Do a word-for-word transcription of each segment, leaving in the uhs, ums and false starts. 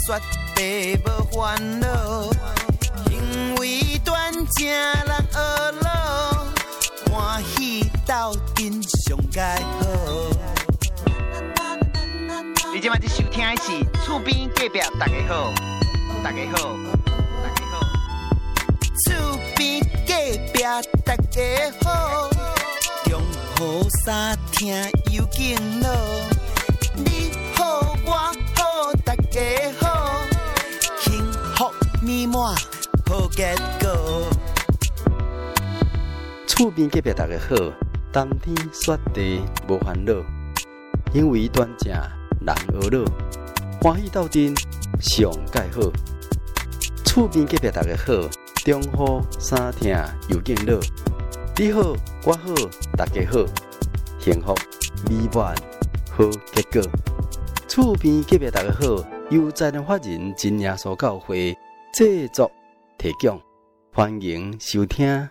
绝地无烦恼，行为端正人学老，欢喜斗阵上佳好。你今晚在收听的是厝边隔壁大家好，大家好，大家好，厝边隔壁大家好，中好三听有劲乐，你好我好大家好，幸福美满好结果。 厝边隔壁大家好，冬天雪地无烦恼，因为端正人学老，欢喜斗阵上佳好。厝边隔壁大家好，中好三听有劲乐，你好我好大家好，幸福美满好结果。厝边隔壁大家好，由在人法人真耶稣教会制作提供，欢迎收听。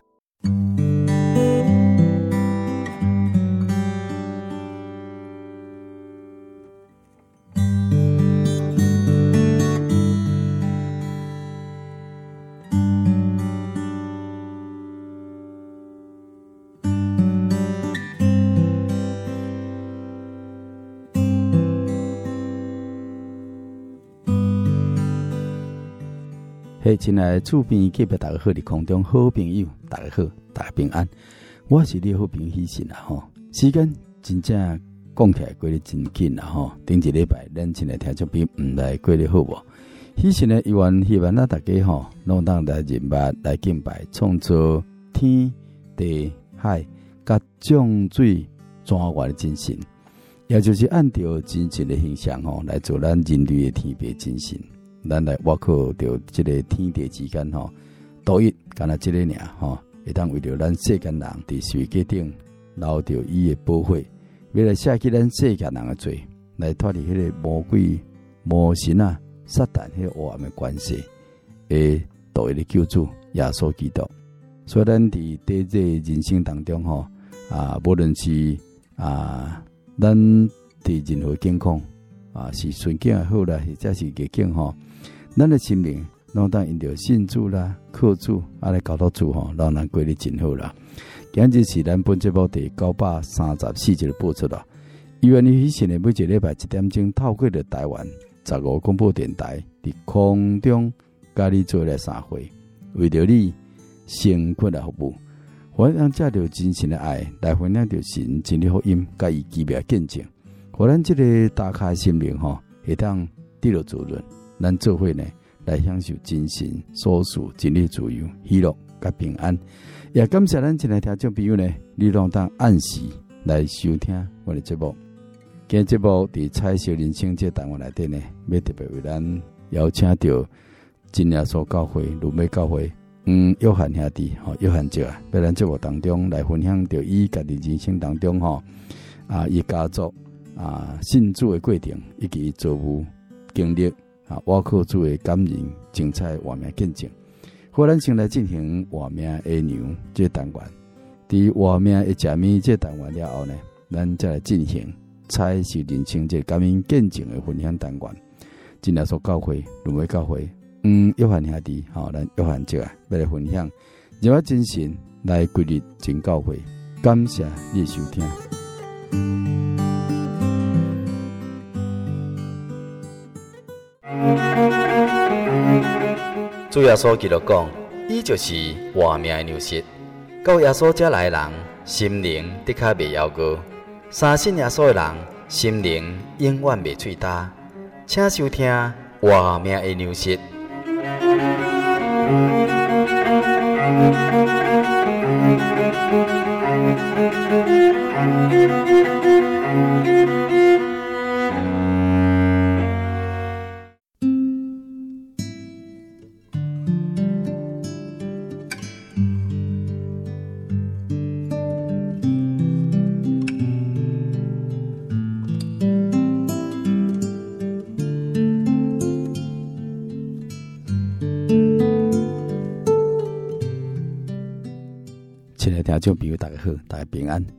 嘿，亲爱的厝边隔壁大家好，伫空中好朋友，大家好，大家平安。我是你好朋友喜信啊吼。时间真正讲起来过得真紧啊吼。顶一礼拜咱亲爱听众朋友毋来过得好无？喜信呢，希望希望咱大家吼，拢当来认捌来敬拜，创造天地海甲众水泉源的真神，也就是按照真神的形象吼，来做咱人类的天别真神。咱来挖靠着这个天地之间吼，独一干那这个尔吼，会当为着咱世间人伫世界顶留着伊的宝血，为了写起咱世间人的罪，来脱离迄个魔鬼、魔神啊、撒旦迄个黑暗的关系，诶，独一的救主耶稣基督。所以咱伫在这人生当中吼啊，无论是啊，咱伫任何境况啊，是顺境也好啦，或者是逆境吼。咱的心灵，拢当因着信主啦、靠主，啊来交到主吼，让咱过得真好啦。今日是咱本节目第九百三十四集的播出啦。伊愿意喜信的每一个礼拜一点钟，透过着台湾十五广播电台，伫空中甲你做来三会，为着你成功来服务。我让借着真神的爱来分享着神真理福音，甲伊奇妙见证，互咱这个打开心灵吼，会当得到滋润。咱做伙呢，来享受真神所赐真理自由、喜乐甲平安。也感谢咱亲爱听众朋友呢，你拢当按时来收听我的节目。今日节目伫彩色人生这单元内底呢，要特别为咱邀请到真耶稣教会、鲁美教会嗯约翰兄弟吼，约翰姐啊，在咱节目当中来分享着伊家己人生当中吼啊，伊家族啊信主的过程，以及作务经历。啊，我靠主的感人精彩画面见证，好，咱先来进行画面的牛这单元。伫画面的食物这单元了后呢，咱再来进行彩是人生这感人见证的分享单元。真耶稣教会、鲁美教会，嗯，约翰兄弟，好，咱约翰姐啊，要来分享，让我真神来归入真教会，感谢你的收听。主耶稣基督讲，伊就是活命的粮食。到耶稣这来的人，心灵的确袂夭糕；相信耶稣的人，心灵永远袂脆焦。请收听活命的粮食。亲爱的听众朋友，大家好，大家平安。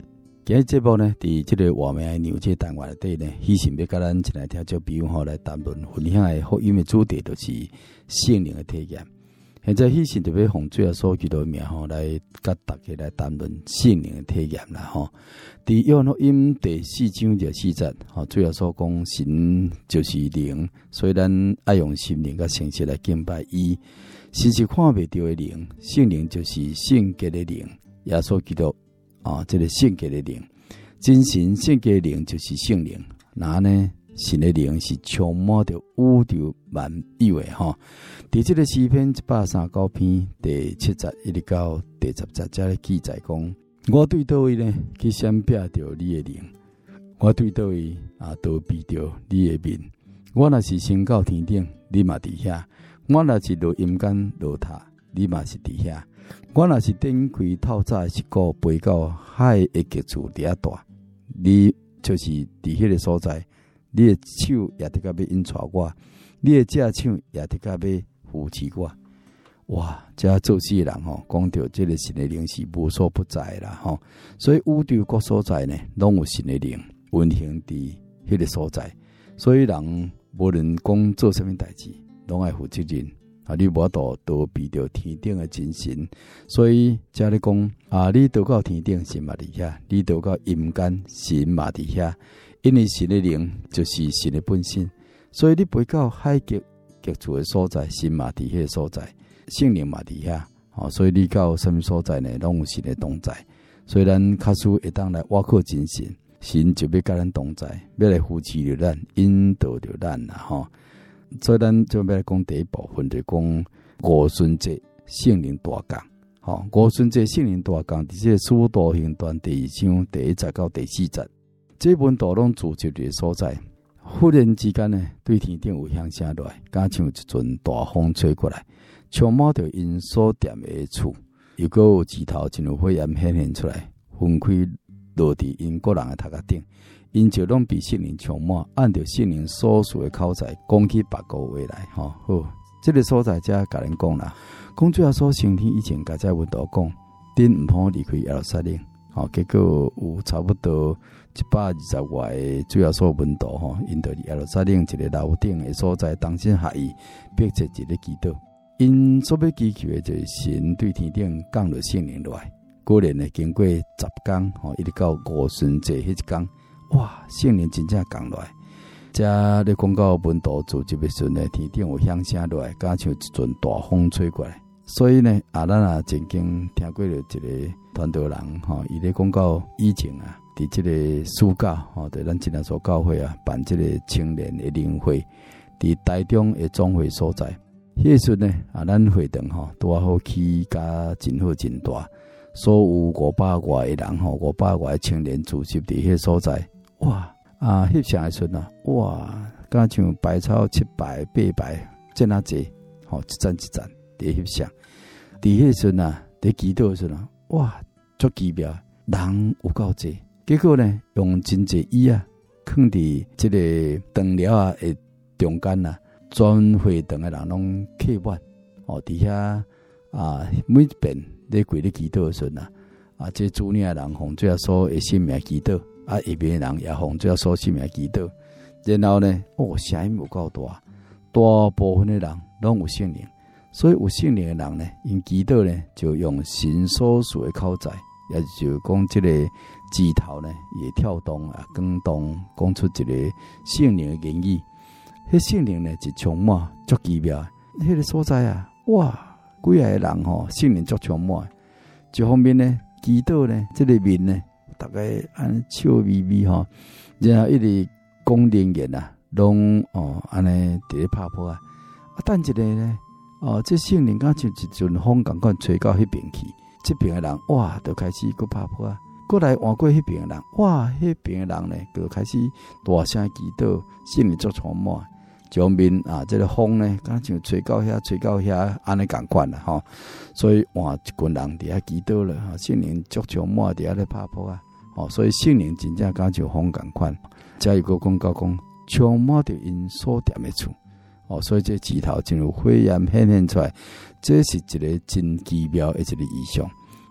今日节目呢，伫即个画面牛这单元内底呢，希望要甲咱一来听众朋友吼来谈论分享的福音的主题，就是圣灵的体验。现在希望特别奉主耶稣基督名吼来甲大家来谈论圣灵的体验啦吼。伫约翰福音第四章第四节，吼主耶稣讲神就是灵，所以咱爱用心灵甲诚实来敬拜伊。神是看袂到的灵，圣灵就是圣洁的灵，耶稣基督。啊，这个圣洁的灵，真神圣洁的灵就是圣灵。那呢，神的灵是充满着宇宙万有的哈。伫这个诗篇一百三十九篇第七节一直到第十节，这个记载讲：我对倒位呢去闪避着你的灵，我对倒位啊逃避着你的面。我若是升到天顶，你嘛伫遐；我若是落阴间落塔，你嘛是伫遐。我若是展开透早的一个飞到海的极处伫遐大，你就是伫迄个所在，你的手也得甲要引带我，你的只手也得甲要扶持我。哇！这做事人吼，讲到这个神的灵是无所不在啦吼，所以宇宙各所在呢，拢有神的灵运行伫迄个所在，所以人无论讲做啥物代志，拢爱负责任。啊！你无度逃避着天顶的真神，所以才咧讲啊！你逃到天顶，神嘛伫遐；你逃到阴间，神嘛伫遐。因为神的灵就是神的本性，所以你飞到海极极处的所在，神嘛伫迄个所在，圣灵嘛伫遐。哦，所以你到什么所在呢？拢有神的同在。所以咱卡数会当来挖靠真神，神就要甲咱同在，要来扶持着咱，引导着咱啦，吼。所以咱就要来讲第一部分，就讲五旬节圣灵大降。吼，五旬节圣灵大降，伫这使徒行传第二章第一节到第四节，这本道拢聚集伫所在。忽然之间呢，对天顶有响声落来，敢像一阵大风吹过来，充满着因所踮的厝，又搁有指头真有火焰显现出来，分开落伫因个人的头壳顶。因就拢被圣灵充满，按照圣灵所属的口才讲起别个话来，吼好，这个所在才甲人讲啦。讲主耶稣升天以前，甲在文道讲，恁毋好离开耶路撒冷，吼，结果有差不多一百二十外个主耶稣文道吼，因到耶路撒冷一个楼顶的所在，当心下伊逼切一个祈祷。因所要祈求的就是神对天顶降落圣灵落来。果然呢，经过十天，吼，一直到五旬节迄一天。哇！圣灵真正降落来，遮咧讲到文道组织的时阵呢，天顶有响声落来，敢像一阵大风吹过来。所以呢，啊，咱也曾经听过了一个传道人吼，伊咧讲到以前啊，伫即个暑假吼，伫咱今仔所教会啊，办即个青年的灵会，伫台中的总会所在。迄时阵呢，啊，咱会堂吼拄好起甲真好真大，所有五百外的人吼，五百外的青年聚集伫迄个所在。哇！啊，翕相的时阵啊，哇，敢像百草七百、八百，这哪济？吼、哦，一站一站伫翕相。伫迄时阵啊，伫祈祷的时阵啊，哇，足奇妙，人有够济。结果呢，用真济椅啊，放伫即个长寮啊的中间啊，全会堂的人拢客满。哦，伫遐啊，每一边咧跪咧祈祷的时阵啊，啊，这主领的人奉主耶稣的性命祈祷。啊，下边人也奉主耶稣性命祈祷，然后呢，哦，声音有够大，大部分的人拢有圣灵，所以有圣灵的人呢，因祈祷呢，就用神所属的口才，也就讲这个指头呢，也跳动啊，跟动，讲出一个圣灵的言语。迄圣灵呢，就充满足奇妙，迄个所在啊，哇，几个人吼，圣灵足充满。一方面呢，祈祷呢，这个面呢。大概安笑眯眯吼，然后一直讲灵言啊，拢哦安尼伫咧拍破啊。啊，等一下呢，哦，这圣灵敢像一阵风共款吹到迄边去，这边的人哇，就开始搁拍破啊。过来换过迄边的人，哇，迄边的人呢，就开始大声祈祷，圣灵足充满。上面啊，这个风呢，敢像吹到遐，吹到遐，安尼共款啦吼。所以换一群人伫遐祈祷了，圣灵足充满伫遐咧拍破啊。哦，所以圣灵真正敢像风共款，再一个讲到讲充满着因所踮的厝。哦，所以这指头真有火焰显现出来，这是一个真奇妙的一个意象。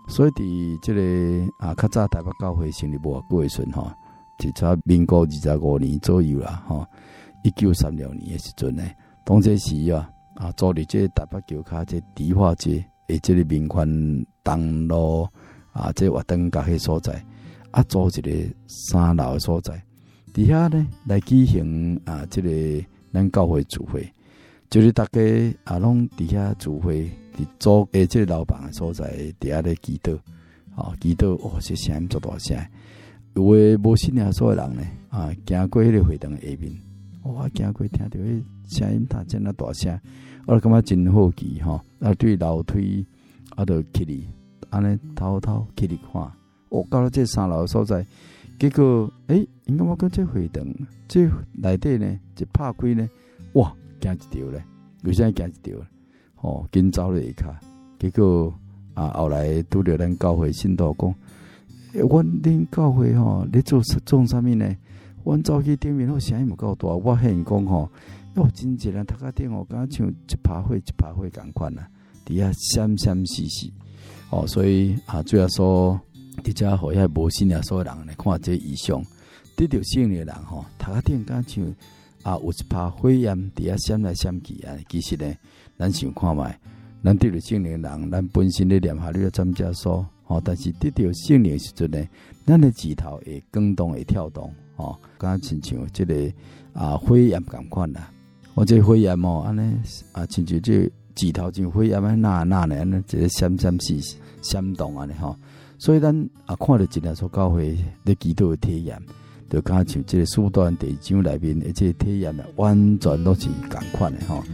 所以伫即、这个啊较早台北教会成立无偌久诶时阵吼，就差民国二十五年左右啦吼，一九三六年诶时阵呢，当这时啊啊做伫即台北桥骹即迪化街诶即个民权东路啊，即活动甲迄所在啊，租一个三楼诶所在，伫遐呢来举行啊即、这个咱教会聚会，就是大家啊拢伫遐聚会。伫租诶，即个楼房诶所在，伫遐咧祈祷，吼祈祷，哦，这声音足大声。有诶无信耶稣诶人呢，啊，行过迄个会堂诶下面，哇，行過聽到迄聲音，他真啊大聲，我就感覺真好奇吼。啊，對樓梯啊，就起嚟，安尼偷偷起嚟看，哦，到了這三樓所在，結果誒，因感覺講這會堂，這內底呢，一拍開呢，哇，驚一條咧，為啥驚一條？哦，緊走了下骹，結果啊，後來拄着咱教會信徒講，阮恁教會吼，咧做做啥物呢？阮走去頂面，好聲音唔夠大，我向講吼，喲，真濟人頭殼頂哦，敢像一拍火一拍火共款啊，佇遐閃閃死死。哦，所以啊，最後說，佇遮互遐無信耶穌人來看這異象，得着聖靈人吼，頭殼頂敢像啊有一拍火焰佇遐閃來閃去啊，其實呢。咱想看覓，咱得着聖靈人，咱本身咧念下你個占遮所，吼，但是得着聖靈時陣呢，咱嘅指頭會滾動會跳動，吼，敢親像即個啊火焰共款啦。我這火焰哦，安尼啊，親像即指頭像火焰安那那呢，安尼一個閃閃是閃動安尼吼。所以咱啊看到真耶穌教會咧祈禱嘅體驗，就敢像即個書段第二章內面嘅即個體驗，完全都是共款嘅吼。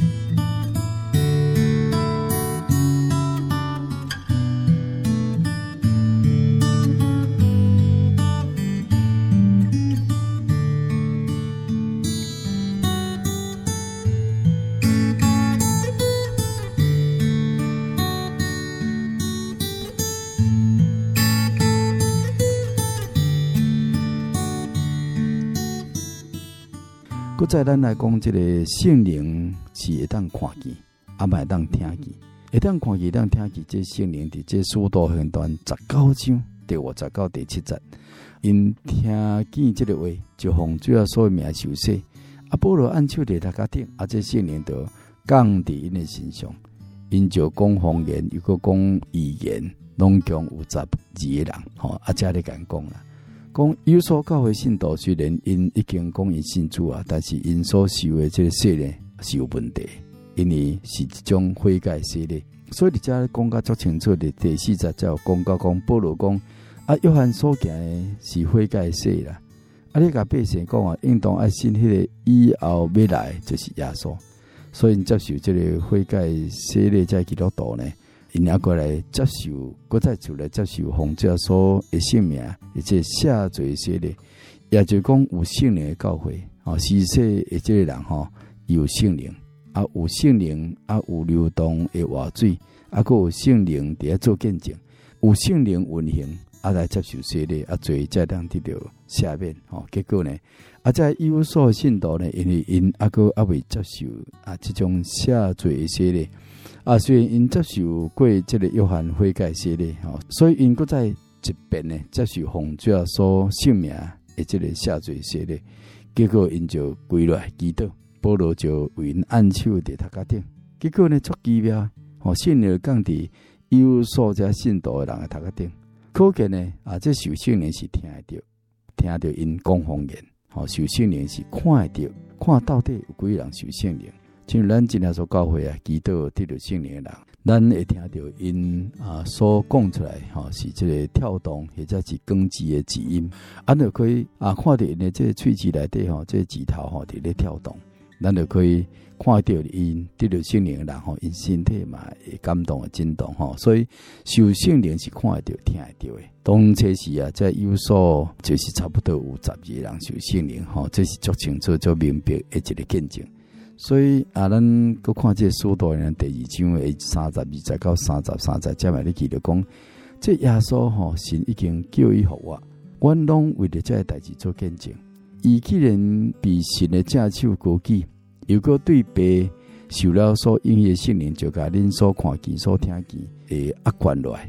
搁再咱来讲，这个聖靈是會當看見，啊，嘛會當聽見，會當看見，當聽見。這聖靈佇這使徒行傳十九章第五十到第七節，因聽見這個話，就奉主耶穌名受洗。啊，保羅按手在頭殼頂，啊，這聖靈就降佇因嘅身上，因就講方言，又個講語言，攏共有十二個人，吼，啊，遮咧咁講啦。講有所教會信徒雖然因已經講因信主啊，但是因所受的這個洗呢是有問題，因為是一種悔改洗禮。所以你遮講甲足清楚的第四十節有講到講保羅講啊，約翰所行的是悔改洗啦。啊，你甲百姓講啊，應當愛信迄個以後要來就是耶穌。所以因接受這個悔改洗禮在基督徒呢。因也過來接受，擱再出來接受奉主耶穌的聖名，而且下罪洗禮，也就是講有聖靈的教會，哦，施洗的這個人吼有聖靈，啊有聖靈，啊有流動的活水，啊擱有聖靈佇遐做見證，有聖靈運行，啊來接受洗禮，啊罪才當得到赦免，吼，結果呢，啊在有所信徒呢，因為因啊擱啊未接受啊這種下罪的洗禮。啊，雖然因接受過這個約翰悔改洗禮，吼，所以因擱在一邊呢接受奉主耶穌聖名的這個下罪洗禮，結果因就跪落來祈禱，保羅就為因按手在頭殼頂，結果呢足奇妙，吼，聖靈降佇有所這信徒的人的頭殼頂，可見呢啊，這受聖靈是聽得到，聽到因講方言，吼，受聖靈是看得到，看到底有幾人受聖靈。像咱今日所教會啊，祈禱得到聖靈的人，咱會聽到因啊所講出來，吼，是這個跳動或者是光之的字音，咱就可以啊看到因的這個喙齒內底吼，這個指頭吼佇咧跳動，咱就可以看到因得到聖靈的人吼，因身體嘛會感動的震動吼，所以受聖靈是看得到、聽得到的。當初時啊，在有所就是差不多有十二個人受聖靈吼，這是足清楚、足明白的一個見證。所以啊，咱擱看這使徒行傳第二章的三十二節到三十三節，才咪你記得講，這耶穌吼神已經叫伊互我，阮攏為了這個代志做見證。伊既然被神的正手高舉，又擱對爸受了所應許的聖靈，就甲恁所看見、所聽見誒壓關落來，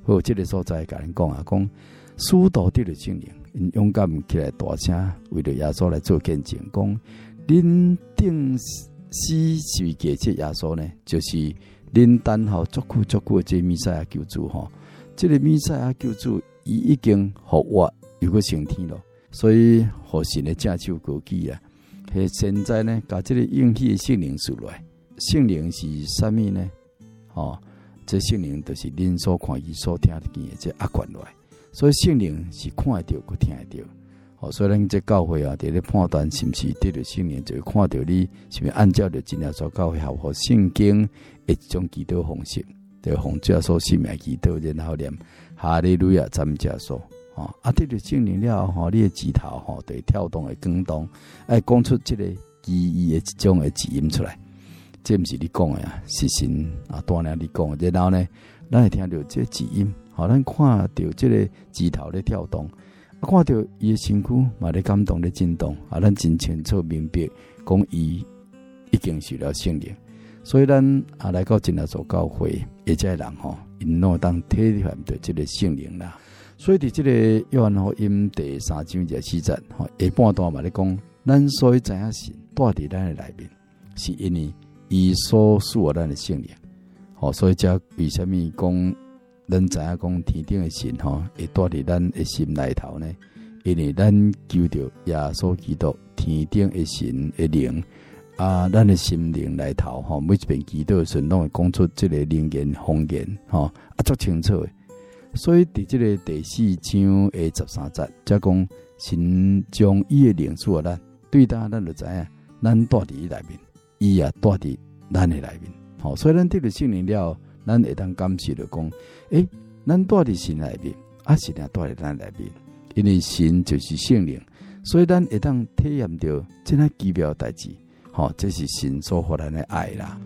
好，这个所在甲咱讲啊，讲使徒得了圣灵，因勇敢起来大声为了耶稣来做见证，讲恁定死是给这耶稣呢，就是恁等候足久足久的这弥赛亚救主吼，这个弥赛亚救主伊已经复活又搁升天了，所以互神的正手高举啊。迄现在呢，甲这个应许的圣灵赐来，圣灵是啥物呢？哦，这圣灵就是恁所看见、所听见的这阿管来，所以圣灵是看得到、佮听得到。哦，所以咱这教会啊，伫咧判断是毋是得着圣灵，就会看到你是毋是按照着真正所教会合乎圣经的一种祈祷方式，就奉主所信的祈祷，然后念哈利路亚赞美主所。哦，啊，得着圣灵了后，你的指头吼，就会跳动会广动，爱讲出这个记忆的一种的字音出来。这毋是你讲的啊，是神啊，当然你讲的。然后呢，咱会听到这个字音，好，咱看到这个指头咧跳动。看到伊的身躯嘛咧感动咧震动，啊，咱真清楚明白，讲伊已经是了圣灵，所以咱啊来到真耶稣教会，一切人吼，因拢当体验到这个圣灵啦。所以伫这个约翰福音第三章廿四节，吼下半段嘛咧讲，咱所以知影神带伫咱的内面，是因为伊所赐咱的圣灵。吼，所以则为虾米讲？咱知影讲天顶的神吼，会带伫咱的心内头呢？因为咱求着耶稣基督天顶的神的灵啊，咱的心灵内头吼，每一遍祈祷的时阵，拢会讲出这个灵言方言吼，啊足清楚的。所以伫这个第四章的十三节，则讲神将伊的灵赐咱，对当咱就知影，咱带伫伊内面，伊也带伫咱的内面。吼，所以咱得了圣灵了。咱会当感谢着讲，诶，咱带伫神内面，啊，神也带伫咱内面，因为神就是圣灵，所以咱会当体验着这样奇妙的代志，吼，这是神所给咱的爱啦。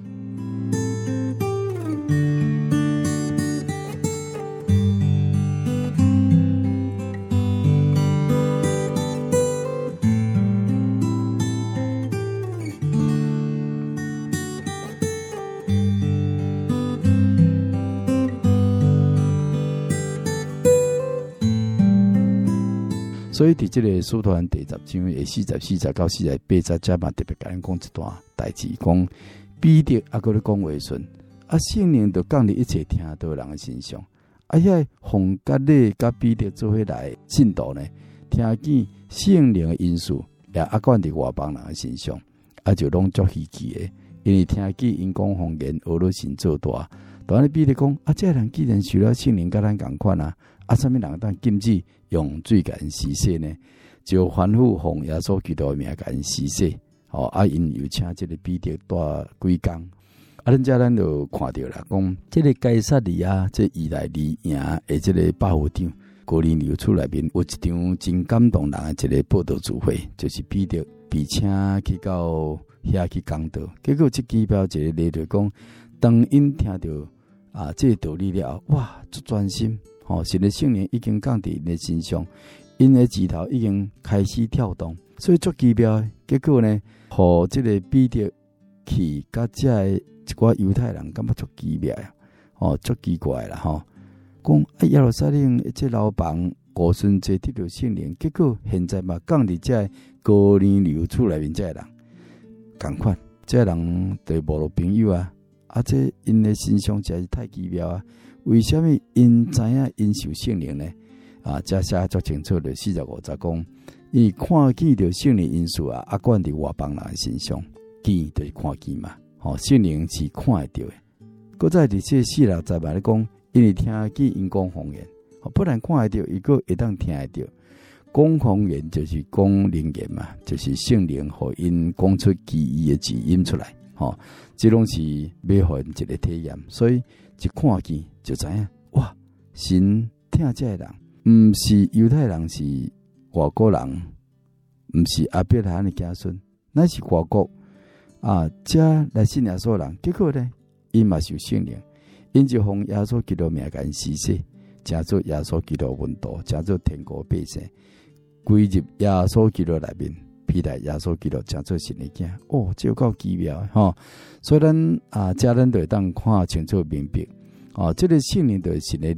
所以伫这个使徒行第十章的四十四节到四十八节，加嘛特别甲咱讲一段代志，讲彼得啊，搁咧讲话顺，啊，圣灵就降伫一切听到人的身上，啊，遐洪甲勒甲彼得做伙来信徒呢，听见圣灵的因素也压管伫外邦人的身上，啊，就拢足稀奇的，因为听见因讲方言，俄罗神做大，当然彼得讲啊，这人既然受了圣灵，甲咱共款啊。啊，啥物人当禁止用水甲因洗洗呢？就反复奉耶稣基督的名甲因洗洗。哦，啊，因又请这个彼得带几工。啊，咱遮咱就看到啦，讲这个该撒利亚这以来利亚的这个百夫长哥尼流厝内面有一场真感动人的一个报道聚会，就是彼得被请去到遐去讲道。结果这机标一个例就讲，当因听到啊这个道理了，哇，足专心。哦，神的圣灵已经降伫因的身上，因的指头已经开始跳动，所以足奇妙。结果呢，互这个彼得去甲这个一寡犹太人感觉足奇妙啊！哦，足奇怪啦吼。讲啊，耶路撒冷这老房古孙节得到圣灵，结果现在嘛降伫这哥尼流厝内面这人，共款，这人对无路朋友啊，啊，这因的身上实在是太奇妙啊！为什么因知影因受圣灵呢？啊，这写足清楚的四十五节讲，伊看见着圣灵因素啊，啊，管伫外邦人身上，见就是看见嘛。吼、哦，圣灵是看会到的。搁再伫这四六节嘛咧讲，因为听见因讲方言，不但看会到，伊个会当听会到。讲方言就是讲灵言嘛，就是圣灵互因讲出奇异的字音出来。吼、哦，这拢是要互因一个体验，所以。一看见就知影，哇！神听这个人，毋是犹太人，是外国人，毋是阿伯拉罕的子孙，乃是外国啊！这来信耶稣人，结果呢，因嘛受圣灵，因就奉耶稣基督名甲因施洗，成做耶稣基督门徒，成做天国百姓，归入耶稣基督内面，披戴耶稣基督，成做神的囝。哦，这够奇妙吼！所以咱啊，家人就会当看清楚明白。哦，这个圣灵就是神的灵，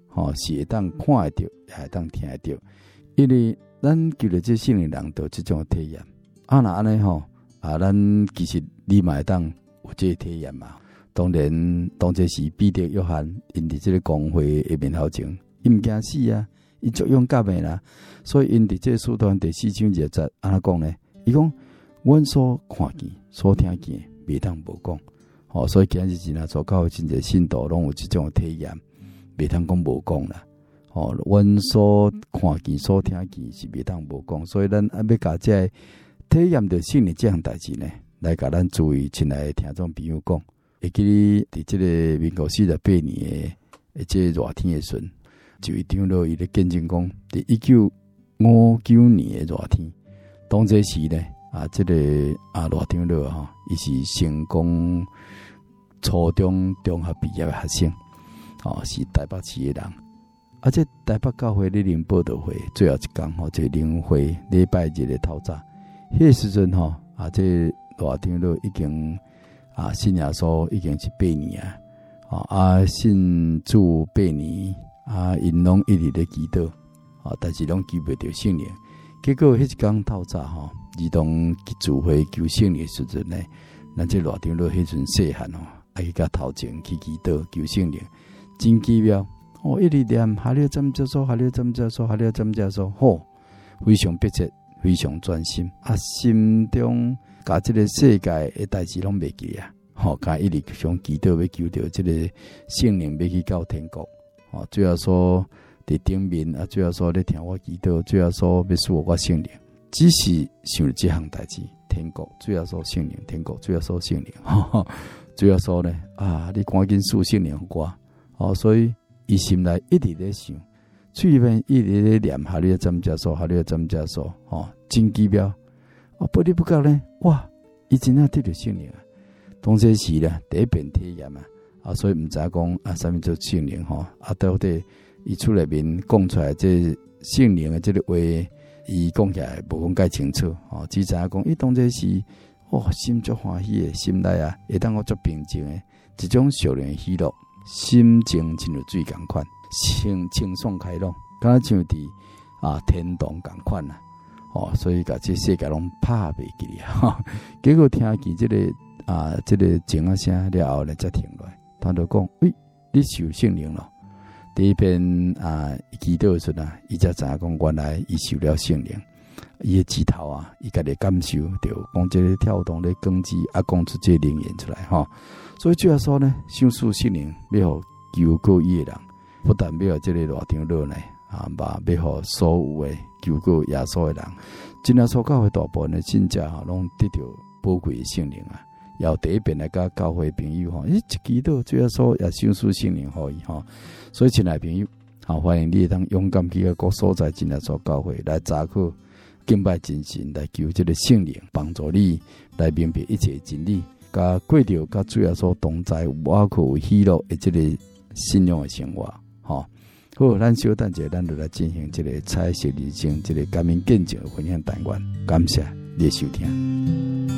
吼、哦、是会当看会到，也会当听会到，因为咱求着这圣灵人得这种体验。啊，那安尼吼啊，咱其实你嘛会当有这个体验嘛。当然，当这是彼得、约翰因伫这个公会下面头前，伊毋惊死啊，伊足勇敢的啦。所以因伫这个书段第四章二节安怎讲呢？伊讲，阮所看见、所听见，袂当无讲。吼、哦，所以今日真啊做到真侪信徒拢有这种体验，袂当讲无讲啦。吼、哦，阮所看见、所听见是袂当无讲，所以咱啊要甲这体验着圣灵这项代志呢，来甲咱注意亲爱的听众朋友讲。会记哩，伫即个民国四十八年诶，诶，即热天诶时，就一张罗伊咧见证讲，伫一九五九年诶热天，当这时呢，啊，即、這个啊热天罗吼，伊是成功初中中学毕业诶学生，哦，是台北市诶人，啊，即台北教会咧灵报道会最后一天吼，即、這個、灵会礼拜日诶透早，迄个时阵吼，啊，即热天罗已經。啊，信耶穌已經是八年啊！啊，信主八年啊，因攏一直咧祈禱啊，但是攏求不到聖靈。結果迄一天透早吼，兒童聚會求聖靈時陣呢，咱這熱場落迄陣細漢吼，愛去甲頭前去祈禱求聖靈，真奇妙哦！一直念哈利怎麼說，哈利怎麼說，哈利怎麼說，吼，非常迫切，非常專心啊，心中。甲即個世界誒代志攏袂記啊，吼、哦，甲一直想祈禱要求到即個聖靈要去到天國，吼、哦，最後說佇頂面啊，最後說咧聽我祈禱，最後說要賜我聖靈，只是想即項代志，天國，最後說聖靈，天國，最後說聖靈，吼，最後說咧啊，你趕緊賜聖靈互我，哦，所以伊心內一直咧想，嘴邊一直咧念哈利怎麼說，哈利怎麼說，吼，真奇妙。啊，不離不覺咧，哇！伊真正得到聖靈啊！當時時咧，第一遍體驗啊，啊，所以毋知講啊，啥物做聖靈吼？啊，到底伊出來面講出來這聖靈的這個話，伊講起來無講介清楚，吼，只知影講伊當時是哦，心足歡喜的，心內啊，會當我足平靜的，一種少年喜樂，心情親像水共款，清清爽開朗，敢若像佇啊天堂共款啊！哦，所以甲即世界攏拍袂記啊！結果聽見即、這個啊，即、這個靜啊聲了後咧，才停落來。他就講：喂，你受聖靈咯？第一遍啊，祈禱的時陣啊，伊才知影講，原來伊受了聖靈。伊誒指頭啊，伊家己感受着講即個跳動咧根基啊，講出即個靈言出來吼。所以最後說呢，想受聖靈要互求過伊誒人，不但要互即個熱場熱呢。啊，嘛要互所有誒求過耶穌誒人，真正所教會大部分誒信者吼，攏得到寶貴誒聖靈啊。然後第一遍來甲教會朋友吼，伊一祈禱，最後所也想賜聖靈互伊吼。所以親愛朋友，好歡迎你當勇敢去個各所在真正所教會來查考敬拜真神，來求這個聖靈幫助你來明白一切真理，甲過着甲主耶穌同在有瓦靠有喜樂誒這個信仰誒生活，吼。好，咱小等者，咱就來進行這個彩色人生，這個感恩見證分享單元。感謝你的收聽。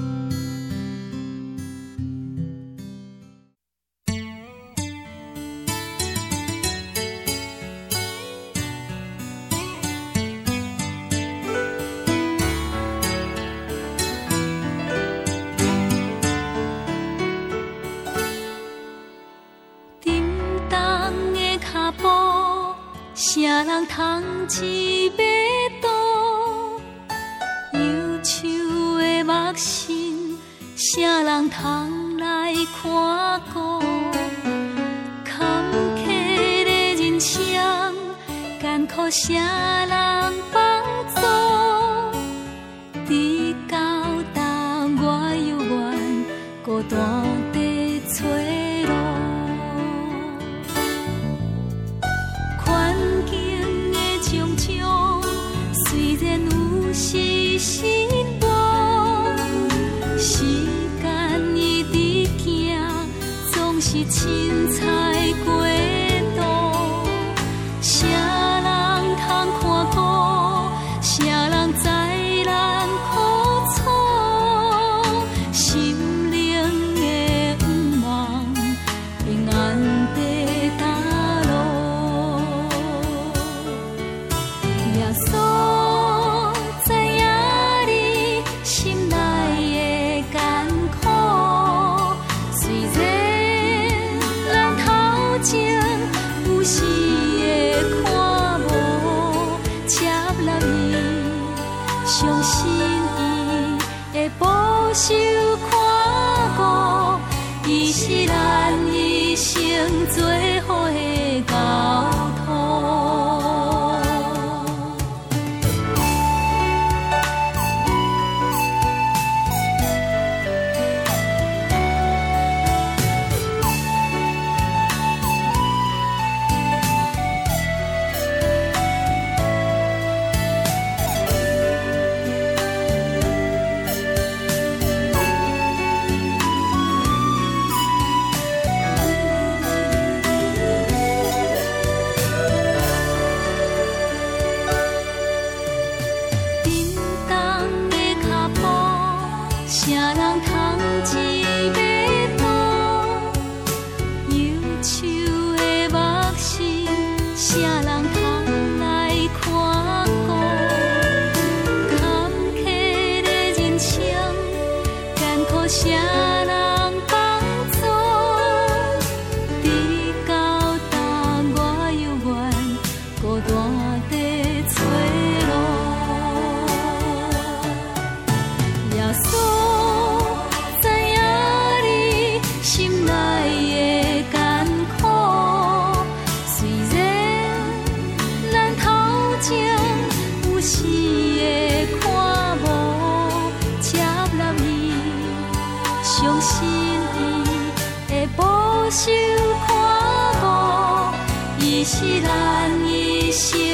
啥人通饲馬度？憂愁的目神，啥人通來看顧？坎坷的人生，艱苦啥人幫助？直到當我猶原孤單地找路。是失望，時間一直行，總是凊彩過度。誰人通看顧？誰人知咱苦楚？心靈的毋茫，平安地踏路。 会保守看顾，伊是咱一生做伙的交通。是咱一生